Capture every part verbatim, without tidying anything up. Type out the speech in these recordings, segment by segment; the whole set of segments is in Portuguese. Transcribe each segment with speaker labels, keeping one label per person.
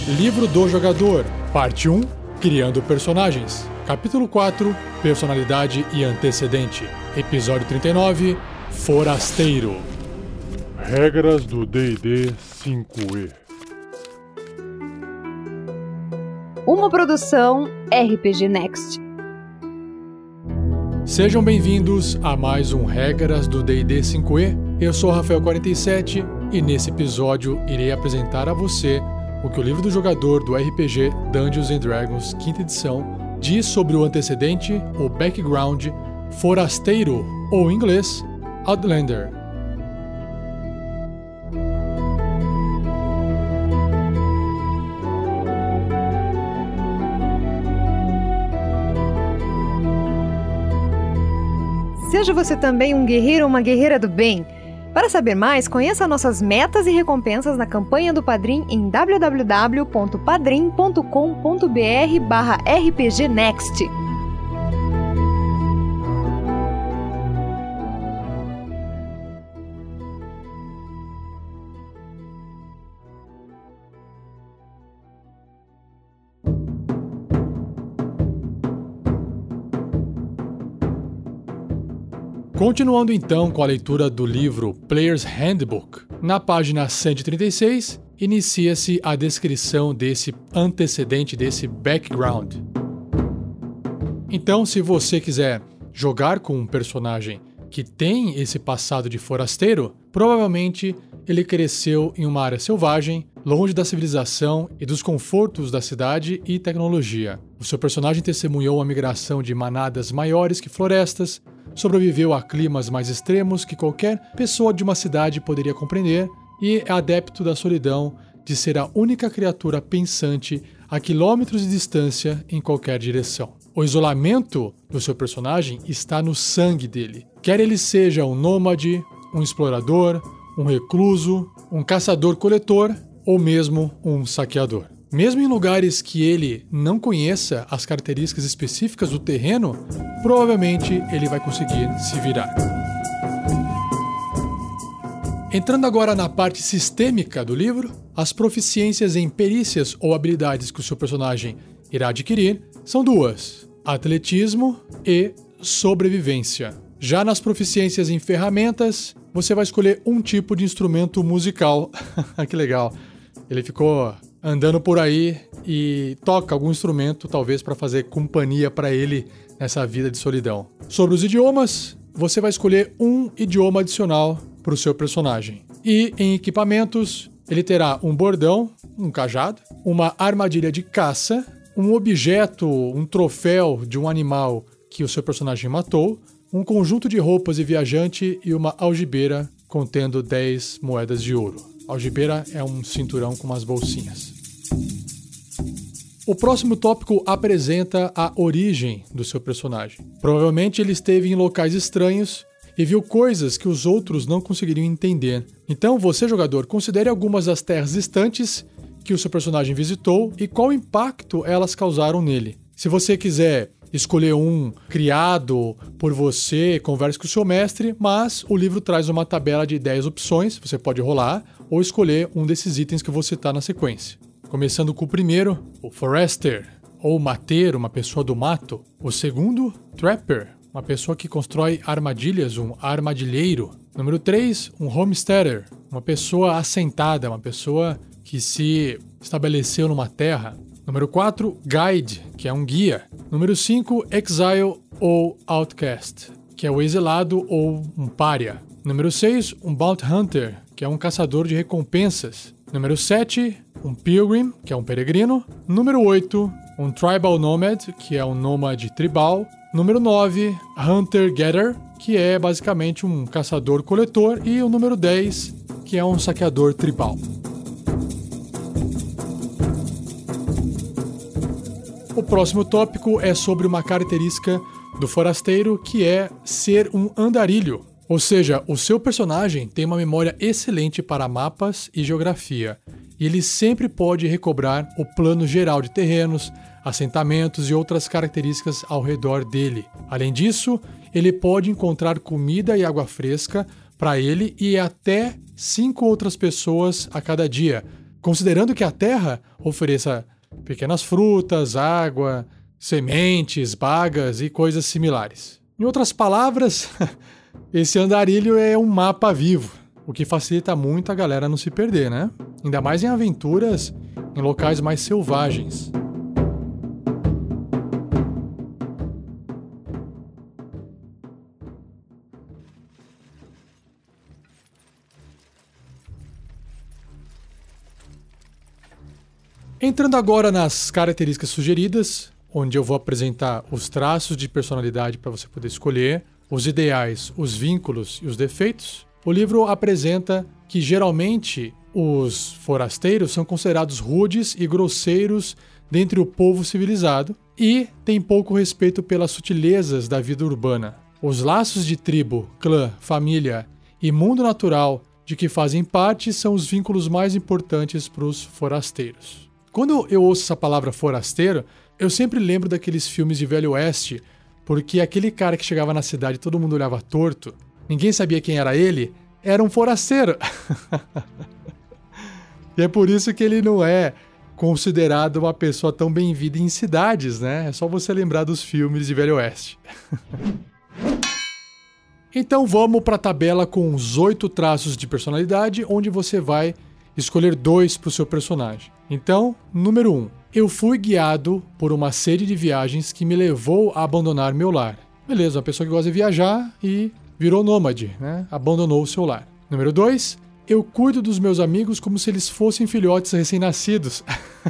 Speaker 1: Livro do Jogador, Parte um, Criando Personagens. Capítulo quatro, Personalidade e Antecedente. Episódio trinta e nove, Forasteiro.
Speaker 2: Regras do D e D cinco E.
Speaker 3: Uma produção R P G Next.
Speaker 1: Sejam bem-vindos a mais um Regras do D e D cinco E. Eu sou Rafael quarenta e sete e nesse episódio irei apresentar a você o que o livro do jogador do R P G Dungeons and Dragons quinta edição diz sobre o antecedente, o background, forasteiro, ou em inglês, Outlander.
Speaker 3: Seja você também um guerreiro ou uma guerreira do bem. Para saber mais, conheça nossas metas e recompensas na campanha do Padrim em w w w ponto padrim ponto com ponto b r barra r p g next.
Speaker 1: Continuando então com a leitura do livro Player's Handbook, na página cento e trinta e seis, inicia-se a descrição desse antecedente, desse background. Então, se você quiser jogar com um personagem que tem esse passado de forasteiro, provavelmente ele cresceu em uma área selvagem, longe da civilização e dos confortos da cidade e tecnologia. O seu personagem testemunhou a migração de manadas maiores que florestas, sobreviveu a climas mais extremos que qualquer pessoa de uma cidade poderia compreender e é adepto da solidão de ser a única criatura pensante a quilômetros de distância em qualquer direção. O isolamento do seu personagem está no sangue dele. Quer ele seja um nômade, um explorador, um recluso, um caçador-coletor ou mesmo um saqueador. Mesmo em lugares que ele não conheça as características específicas do terreno, provavelmente ele vai conseguir se virar. Entrando agora na parte sistêmica do livro, as proficiências em perícias ou habilidades que o seu personagem irá adquirir são duas: atletismo e sobrevivência. Já nas proficiências em ferramentas, você vai escolher um tipo de instrumento musical. Que legal! Ele ficou andando por aí e toca algum instrumento, talvez para fazer companhia para ele nessa vida de solidão. Sobre os idiomas, você vai escolher um idioma adicional para o seu personagem. E em equipamentos, ele terá um bordão, um cajado, uma armadilha de caça, um objeto, um troféu de um animal que o seu personagem matou, um conjunto de roupas de viajante e uma algibeira contendo dez moedas de ouro. A algibeira é um cinturão com umas bolsinhas. O próximo tópico apresenta a origem do seu personagem. Provavelmente ele esteve em locais estranhos e viu coisas que os outros não conseguiriam entender. Então você, jogador, considere algumas das terras distantes que o seu personagem visitou e qual impacto elas causaram nele. Se você quiser escolher um criado por você, converse com o seu mestre, mas o livro traz uma tabela de dez opções, você pode rolar ou escolher um desses itens que eu vou citar na sequência. Começando com o primeiro, o Forester, ou mateiro, uma pessoa do mato. O segundo, Trapper, uma pessoa que constrói armadilhas, um armadilheiro. Número três, um Homesteader, uma pessoa assentada, uma pessoa que se estabeleceu numa terra. Número quatro, Guide, que é um guia. Número cinco, Exile ou Outcast, que é o exilado ou um pária. Número seis, um Bounty Hunter, que é um caçador de recompensas. Número sete, um Pilgrim, que é um peregrino. Número oito, um Tribal Nomad, que é um nômade tribal. Número nove, Hunter-Gatherer, que é basicamente um caçador-coletor. E o número dez, que é um saqueador tribal. O próximo tópico é sobre uma característica do forasteiro, que é ser um andarilho. Ou seja, o seu personagem tem uma memória excelente para mapas e geografia, e ele sempre pode recobrar o plano geral de terrenos, assentamentos e outras características ao redor dele. Além disso, ele pode encontrar comida e água fresca para ele e até cinco outras pessoas a cada dia, considerando que a terra ofereça pequenas frutas, água, sementes, bagas e coisas similares. Em outras palavras, esse andarilho é um mapa vivo, o que facilita muito a galera não se perder, né? Ainda mais em aventuras em locais mais selvagens. Entrando agora nas características sugeridas, onde eu vou apresentar os traços de personalidade para você poder escolher, os ideais, os vínculos e os defeitos, o livro apresenta que geralmente os forasteiros são considerados rudes e grosseiros dentre o povo civilizado e têm pouco respeito pelas sutilezas da vida urbana. Os laços de tribo, clã, família e mundo natural de que fazem parte são os vínculos mais importantes para os forasteiros. Quando eu ouço essa palavra forasteiro, eu sempre lembro daqueles filmes de Velho Oeste, porque aquele cara que chegava na cidade e todo mundo olhava torto, ninguém sabia quem era ele, era um forasteiro. E é por isso que ele não é considerado uma pessoa tão bem-vinda em cidades, né? É só você lembrar dos filmes de Velho Oeste. Então vamos para a tabela com os oito traços de personalidade, onde você vai escolher dois para o seu personagem. Então, número um. Eu fui guiado por uma série de viagens que me levou a abandonar meu lar. Beleza, uma pessoa que gosta de viajar e virou nômade, né? Abandonou o seu lar. Número dois. Eu cuido dos meus amigos como se eles fossem filhotes recém-nascidos.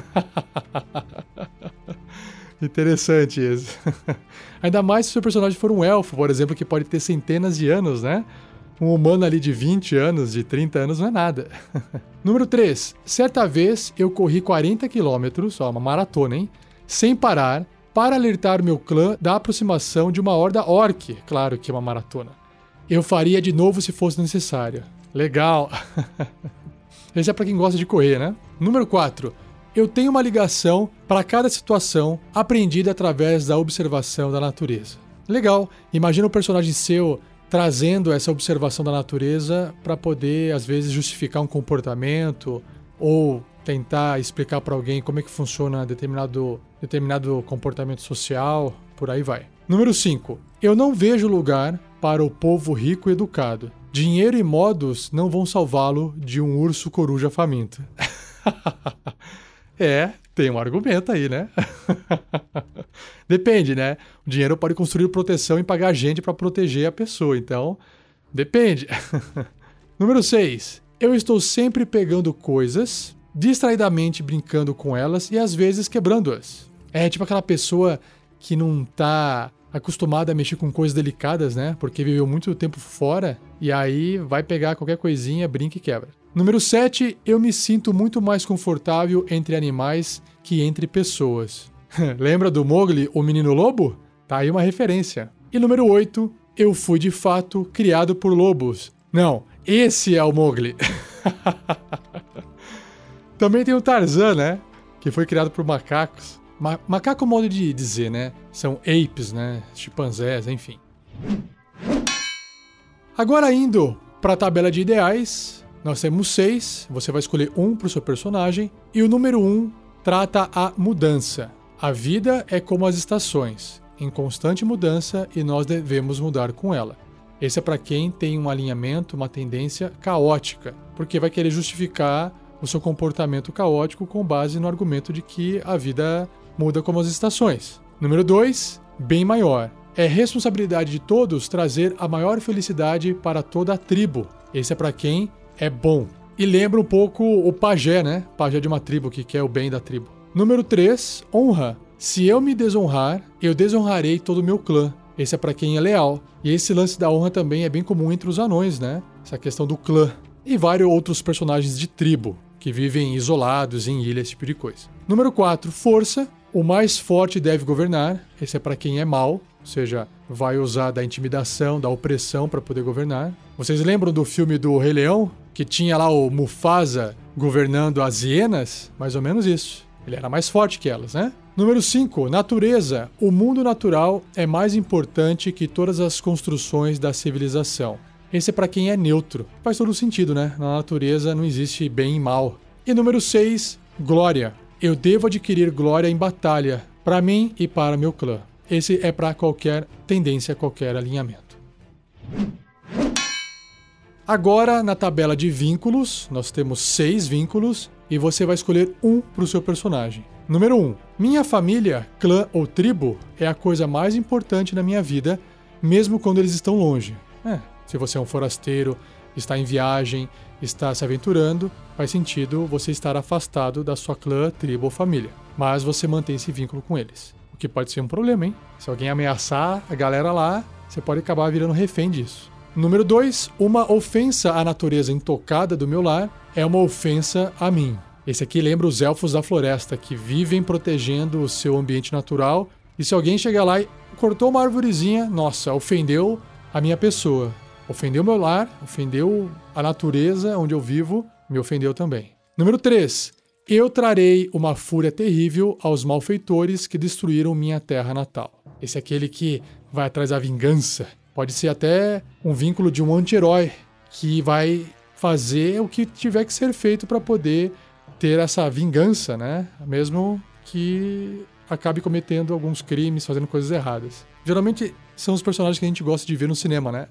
Speaker 1: Interessante isso. Ainda mais se o seu personagem for um elfo, por exemplo, que pode ter centenas de anos, né? Um humano ali de vinte anos, de trinta anos, não é nada. Número três. Certa vez eu corri quarenta quilômetros, ó, uma maratona, hein? Sem parar, para alertar meu clã da aproximação de uma horda orc. Claro que é uma maratona. Eu faria de novo se fosse necessário. Legal. Esse é para quem gosta de correr, né? Número quatro. Eu tenho uma ligação para cada situação aprendida através da observação da natureza. Legal. Imagina o personagem seu trazendo essa observação da natureza para poder, às vezes, justificar um comportamento ou tentar explicar para alguém como é que funciona determinado, determinado comportamento social, por aí vai. Número cinco. Eu não vejo lugar para o povo rico e educado. Dinheiro e modos não vão salvá-lo de um urso coruja faminto. É, tem um argumento aí, né? Depende, né? O dinheiro pode construir proteção e pagar gente para proteger a pessoa, então depende. Número seis. Eu estou sempre pegando coisas, distraidamente brincando com elas e às vezes quebrando-as. É tipo aquela pessoa que não tá acostumada a mexer com coisas delicadas, né? Porque viveu muito tempo fora e aí vai pegar qualquer coisinha, brinca e quebra. Número sete. Eu me sinto muito mais confortável entre animais que entre pessoas. Lembra do Mowgli, o menino lobo? Tá aí uma referência. E número oito. Eu fui de fato criado por lobos. Não, esse é o Mowgli. Também tem o Tarzan, né? Que foi criado por macacos. Ma- macaco é um modo de dizer, né? São apes, né? Chimpanzés, enfim. Agora indo para a tabela de ideais, nós temos seis. Você vai escolher um para o seu personagem. E o número um trata a mudança. A vida é como as estações, em constante mudança e nós devemos mudar com ela. Esse é para quem tem um alinhamento, uma tendência caótica, porque vai querer justificar o seu comportamento caótico com base no argumento de que a vida muda como as estações. Número dois, bem maior. É responsabilidade de todos trazer a maior felicidade para toda a tribo. Esse é para quem é bom. E lembra um pouco o pajé, né? Pajé de uma tribo que quer o bem da tribo. Número três, honra. Se eu me desonrar, eu desonrarei todo o meu clã. Esse é para quem é leal. E esse lance da honra também é bem comum entre os anões, né? Essa questão do clã. E vários outros personagens de tribo, que vivem isolados em ilhas, esse tipo de coisa. Número quatro, força. O mais forte deve governar. Esse é para quem é mau, ou seja, vai usar da intimidação, da opressão para poder governar. Vocês lembram do filme do Rei Leão? Que tinha lá o Mufasa governando as hienas? Mais ou menos isso. Ele era mais forte que elas, né? Número cinco, natureza. O mundo natural é mais importante que todas as construções da civilização. Esse é para quem é neutro. Faz todo sentido, né? Na natureza não existe bem e mal. E número seis, glória. Eu devo adquirir glória em batalha, para mim e para meu clã. Esse é para qualquer tendência, qualquer alinhamento. Agora, na tabela de vínculos, nós temos seis vínculos e você vai escolher um para o seu personagem. Número um. Minha família, clã ou tribo é a coisa mais importante na minha vida, mesmo quando eles estão longe. É, se você é um forasteiro, está em viagem, está se aventurando, faz sentido você estar afastado da sua clã, tribo ou família. Mas você mantém esse vínculo com eles. O que pode ser um problema, hein? Se alguém ameaçar a galera lá, você pode acabar virando refém disso. Número dois. Uma ofensa à natureza intocada do meu lar é uma ofensa a mim. Esse aqui lembra os elfos da floresta, que vivem protegendo o seu ambiente natural. E se alguém chegar lá e cortou uma arvorezinha, nossa, ofendeu a minha pessoa. Ofendeu meu lar, ofendeu a natureza onde eu vivo, me ofendeu também. Número três. Eu trarei uma fúria terrível aos malfeitores que destruíram minha terra natal. Esse é aquele que vai atrás da vingança. Pode ser até um vínculo de um anti-herói que vai fazer o que tiver que ser feito para poder ter essa vingança, né? Mesmo que acabe cometendo alguns crimes, fazendo coisas erradas. Geralmente são os personagens que a gente gosta de ver no cinema, né?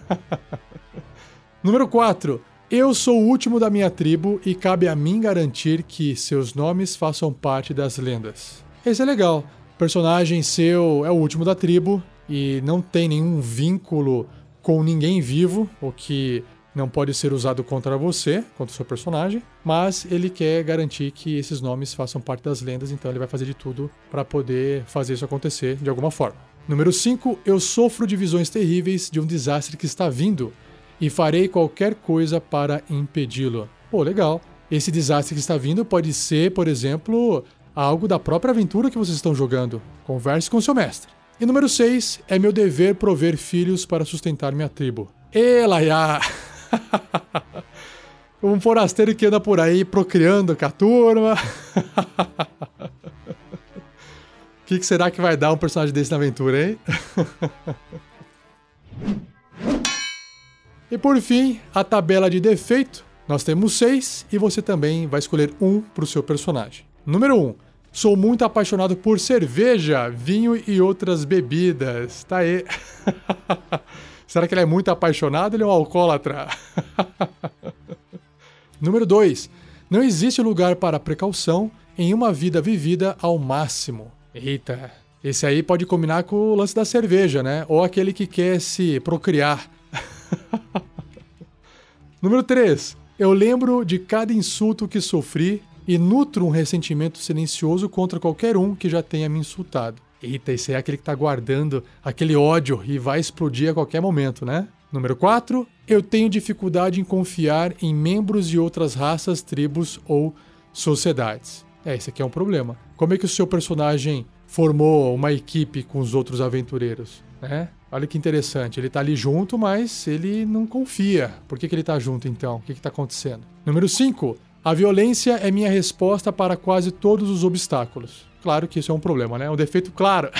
Speaker 1: Número quatro. Eu sou o último da minha tribo e cabe a mim garantir que seus nomes façam parte das lendas. Esse é legal. O personagem seu é o último da tribo e não tem nenhum vínculo com ninguém vivo, o que não pode ser usado contra você, contra o seu personagem, mas ele quer garantir que esses nomes façam parte das lendas, então ele vai fazer de tudo para poder fazer isso acontecer de alguma forma. Número cinco. Eu sofro de visões terríveis de um desastre que está vindo e farei qualquer coisa para impedi-lo. Pô, legal. Esse desastre que está vindo pode ser, por exemplo, algo da própria aventura que vocês estão jogando. Converse com seu mestre. E número seis. É meu dever prover filhos para sustentar minha tribo. Elaiá! Um forasteiro que anda por aí procriando com a turma. O que, que será que vai dar um personagem desse na aventura, hein? E por fim, a tabela de defeito. Nós temos seis e você também vai escolher um para o seu personagem. Número um. Sou muito apaixonado por cerveja, vinho e outras bebidas. Tá aí. Será que ele é muito apaixonado ou ele é um alcoólatra? Número dois. Não existe lugar para precaução em uma vida vivida ao máximo. Eita, esse aí pode combinar com o lance da cerveja, né? Ou aquele que quer se procriar. Número três. Eu lembro de cada insulto que sofri e nutro um ressentimento silencioso contra qualquer um que já tenha me insultado. Eita, esse é aquele que tá guardando aquele ódio e vai explodir a qualquer momento, né? Número quatro. Eu tenho dificuldade em confiar em membros de outras raças, tribos ou sociedades. É, esse aqui é um problema. Como é que o seu personagem formou uma equipe com os outros aventureiros, né? Olha que interessante, ele tá ali junto, mas ele não confia. Por que que ele tá junto, então? O que que tá acontecendo? Número cinco. A violência é minha resposta para quase todos os obstáculos. Claro que isso é um problema, né? É um defeito claro.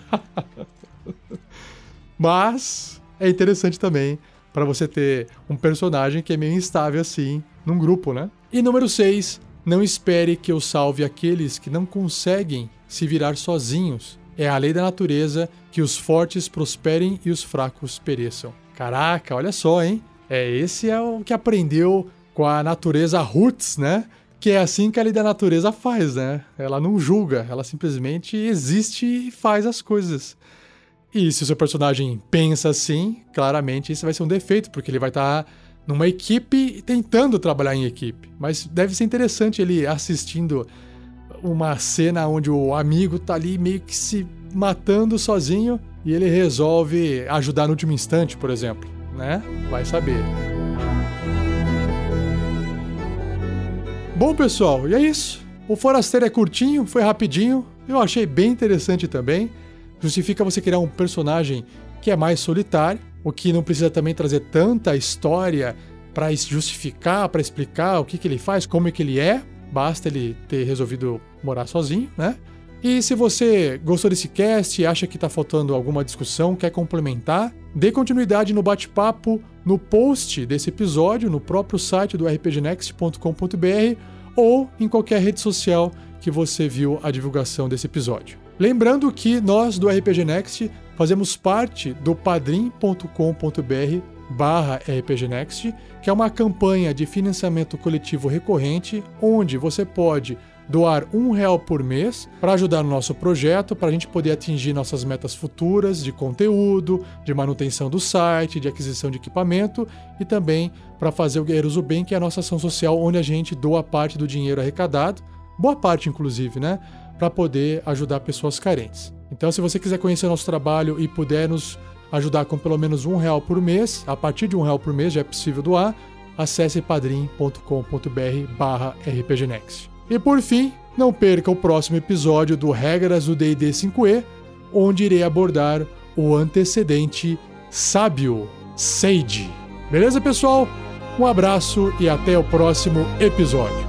Speaker 1: Mas é interessante também para você ter um personagem que é meio instável assim num grupo, né? E número seis. Não espere que eu salve aqueles que não conseguem se virar sozinhos. É a lei da natureza que os fortes prosperem e os fracos pereçam. Caraca, olha só, hein? É, esse é o que aprendeu com a natureza roots, né? Que é assim que a lei da natureza faz, né? Ela não julga, ela simplesmente existe e faz as coisas. E se o seu personagem pensa assim, claramente isso vai ser um defeito, porque ele vai estar numa equipe tentando trabalhar em equipe. Mas deve ser interessante ele assistindo uma cena onde o amigo tá ali meio que se matando sozinho e ele resolve ajudar no último instante, por exemplo, né? Vai saber. Bom, pessoal, e é isso. O Forasteiro é curtinho, foi rapidinho. Eu achei bem interessante também. Justifica você criar um personagem que é mais solitário, o que não precisa também trazer tanta história para justificar, para explicar o que, que ele faz, como é que ele é. Basta ele ter resolvido morar sozinho, né? E se você gostou desse cast, acha que está faltando alguma discussão, quer complementar, dê continuidade no bate-papo no post desse episódio, no próprio site do r p g next ponto com ponto b r, ou em qualquer rede social que você viu a divulgação desse episódio. Lembrando que nós do R P G Next fazemos parte do padrim ponto com ponto b r barra R P G Next, que é uma campanha de financiamento coletivo recorrente, onde você pode doar um real por mês para ajudar no nosso projeto, para a gente poder atingir nossas metas futuras de conteúdo, de manutenção do site, de aquisição de equipamento e também para fazer o Guerreiros do Bem, que é a nossa ação social, onde a gente doa parte do dinheiro arrecadado, boa parte inclusive, né, para poder ajudar pessoas carentes. Então, se você quiser conhecer nosso trabalho e puder nos ajudar com pelo menos um real por mês, a partir de um real por mês já é possível doar, acesse padrim ponto com ponto b r barra R P G Next. E por fim, não perca o próximo episódio do Regras do D e D cinco E, onde irei abordar o antecedente sábio, Sage. Beleza, pessoal? Um abraço e até o próximo episódio.